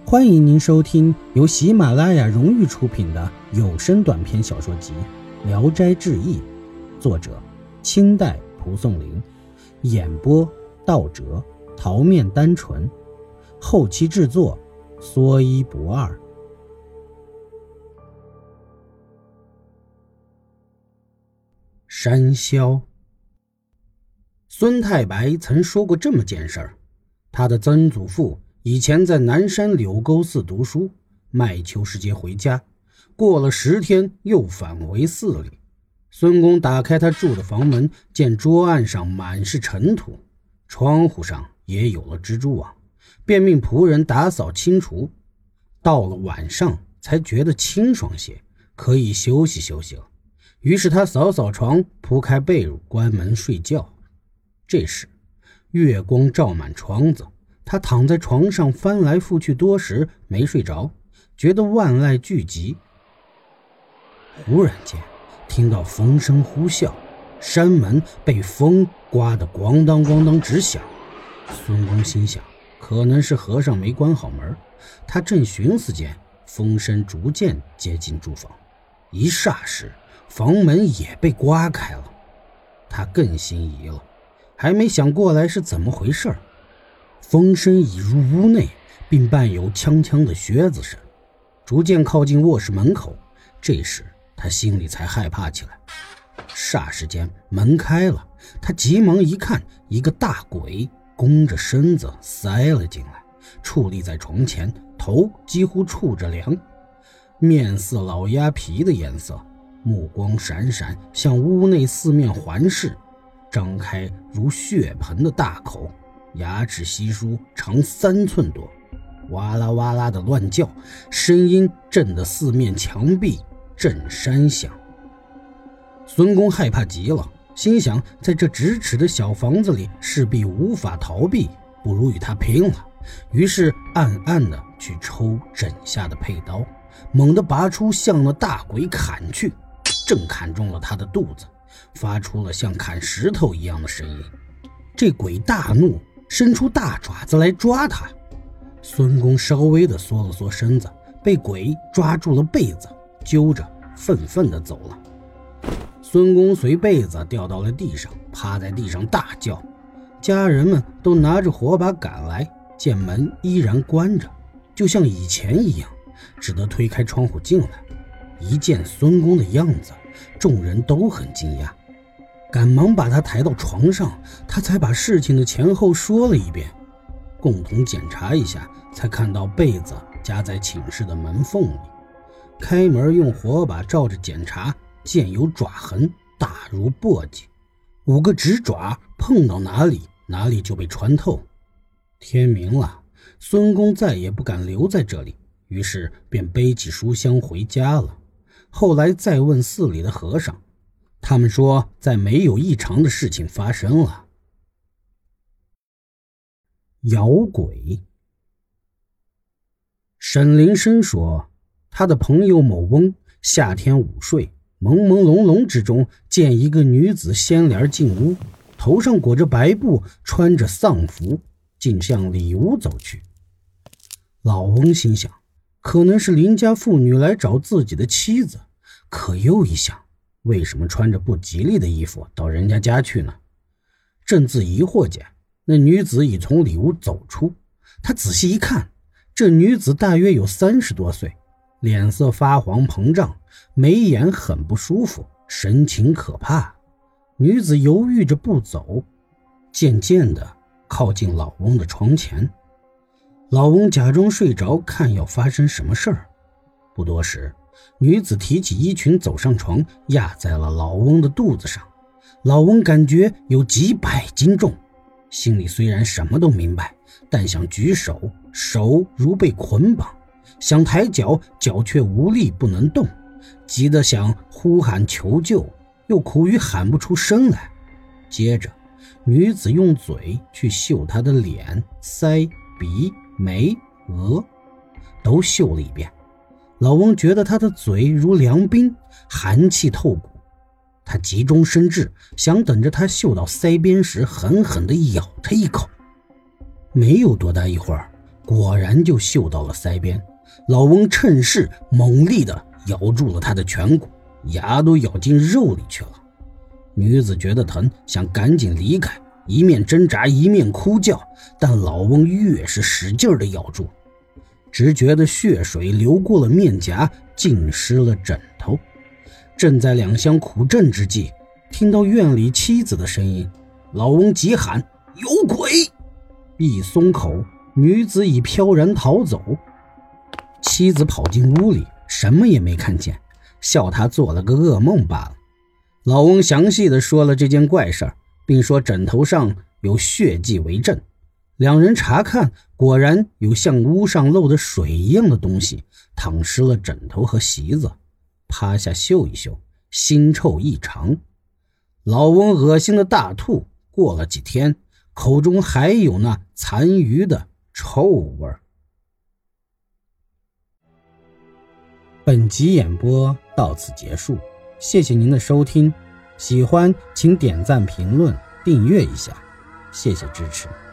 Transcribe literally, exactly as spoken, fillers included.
欢迎您收听由喜马拉雅荣誉出品的有声短篇小说集《聊斋志异》，作者清代蒲松龄，演播道哲、桃面单纯，后期制作说一不二。山魈。孙太白曾说过这么件事儿，他的曾祖父以前在南山柳沟寺读书，麦秋时节回家，过了十天又返回寺里。孙公打开他住的房门，见桌案上满是尘土，窗户上也有了蜘蛛网，便命仆人打扫清除。到了晚上才觉得清爽些，可以休息休息了。于是他扫扫床，铺开被褥，关门睡觉。这时月光照满窗子，他躺在床上翻来覆去多时，没睡着，觉得万籁俱寂。忽然间听到风声呼啸，山门被风刮得咣当咣当直响。孙公心想，可能是和尚没关好门。他正寻思间，风声逐渐接近住房，一霎时房门也被刮开了。他更心疑了，还没想过来是怎么回事。风声已入屋内，并伴有锵锵的靴子声，逐渐靠近卧室门口。这时他心里才害怕起来。霎时间门开了，他急忙一看，一个大鬼弓着身子塞了进来，矗立在床前，头几乎触着梁，面似老鸭皮的颜色，目光闪闪，向屋内四面环视，张开如血盆的大口，牙齿稀疏，长三寸多，哇啦哇啦的乱叫，声音震得四面墙壁震山响。孙公害怕极了，心想在这咫尺的小房子里势必无法逃避，不如与他拼了。于是暗暗地去抽枕下的佩刀，猛地拔出，向那大鬼砍去，正砍中了他的肚子，发出了像砍石头一样的声音。这鬼大怒，伸出大爪子来抓他。孙公稍微地缩了缩身子，被鬼抓住了被子，揪着愤愤地走了。孙公随被子掉到了地上，趴在地上大叫。家人们都拿着火把赶来，见门依然关着，就像以前一样，只得推开窗户进来。一见孙公的样子，众人都很惊讶，赶忙把他抬到床上，他才把事情的前后说了一遍。共同检查一下，才看到被子夹在寝室的门缝里。开门用火把照着检查，见有爪痕，大如簸箕，五个指爪碰到哪里，哪里就被穿透。天明了，孙公再也不敢留在这里，于是便背起书箱回家了。后来再问寺里的和尚，他们说再没有异常的事情发生了。摇鬼。沈灵生说，他的朋友某翁夏天午睡，朦朦胧胧之中见一个女子掀帘进屋，头上裹着白布，穿着丧服，竟向里屋走去。老翁心想，可能是邻家妇女来找自己的妻子，可又一想，为什么穿着不吉利的衣服到人家家去呢？正自疑惑间，那女子已从里屋走出。他仔细一看，这女子大约有三十多岁，脸色发黄膨胀，眉眼很不舒服，神情可怕。女子犹豫着不走，渐渐地靠近老翁的床前。老翁假装睡着，看要发生什么事儿。不多时，女子提起衣裙走上床，压在了老翁的肚子上。老翁感觉有几百斤重，心里虽然什么都明白，但想举手，手如被捆绑，想抬脚，脚却无力不能动，急得想呼喊求救，又苦于喊不出声来。接着女子用嘴去嗅他的脸、腮、鼻、眉、额，都嗅了一遍。老翁觉得他的嘴如凉冰，寒气透骨。他急中生智，想等着他嗅到腮边时狠狠地咬他一口。没有多大一会儿， 果然就嗅到了腮边。老翁趁势猛力地咬住了他的颧骨，牙都咬进肉里去了。女子觉得疼，想赶紧离开，一面挣扎一面哭叫，但老翁越是使劲地咬住，只觉得血水流过了面颊，浸湿了枕头。正在两相苦阵之际，听到院里妻子的声音，老翁急喊：“有鬼！”一松口，女子已飘然逃走。妻子跑进屋里，什么也没看见，笑他做了个噩梦罢了。老翁详细地说了这件怪事儿，并说枕头上有血迹为证。两人查看，果然有像屋上漏的水一样的东西淌湿了枕头和席子，趴下嗅一嗅，腥臭异常。老翁恶心的大吐，过了几天，口中还有那残余的臭味儿。本集演播到此结束，谢谢您的收听，喜欢请点赞评论订阅一下，谢谢支持。